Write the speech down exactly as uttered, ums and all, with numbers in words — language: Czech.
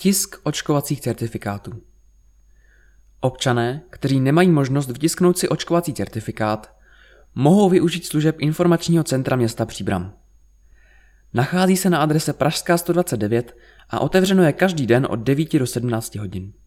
Tisk očkovacích certifikátů. Občané, kteří nemají možnost vytisknout si očkovací certifikát, mohou využít služeb informačního centra města Příbram. Nachází se na adrese Pražská sto dvacet devět a otevřeno je každý den od devíti do sedmnácti hodin.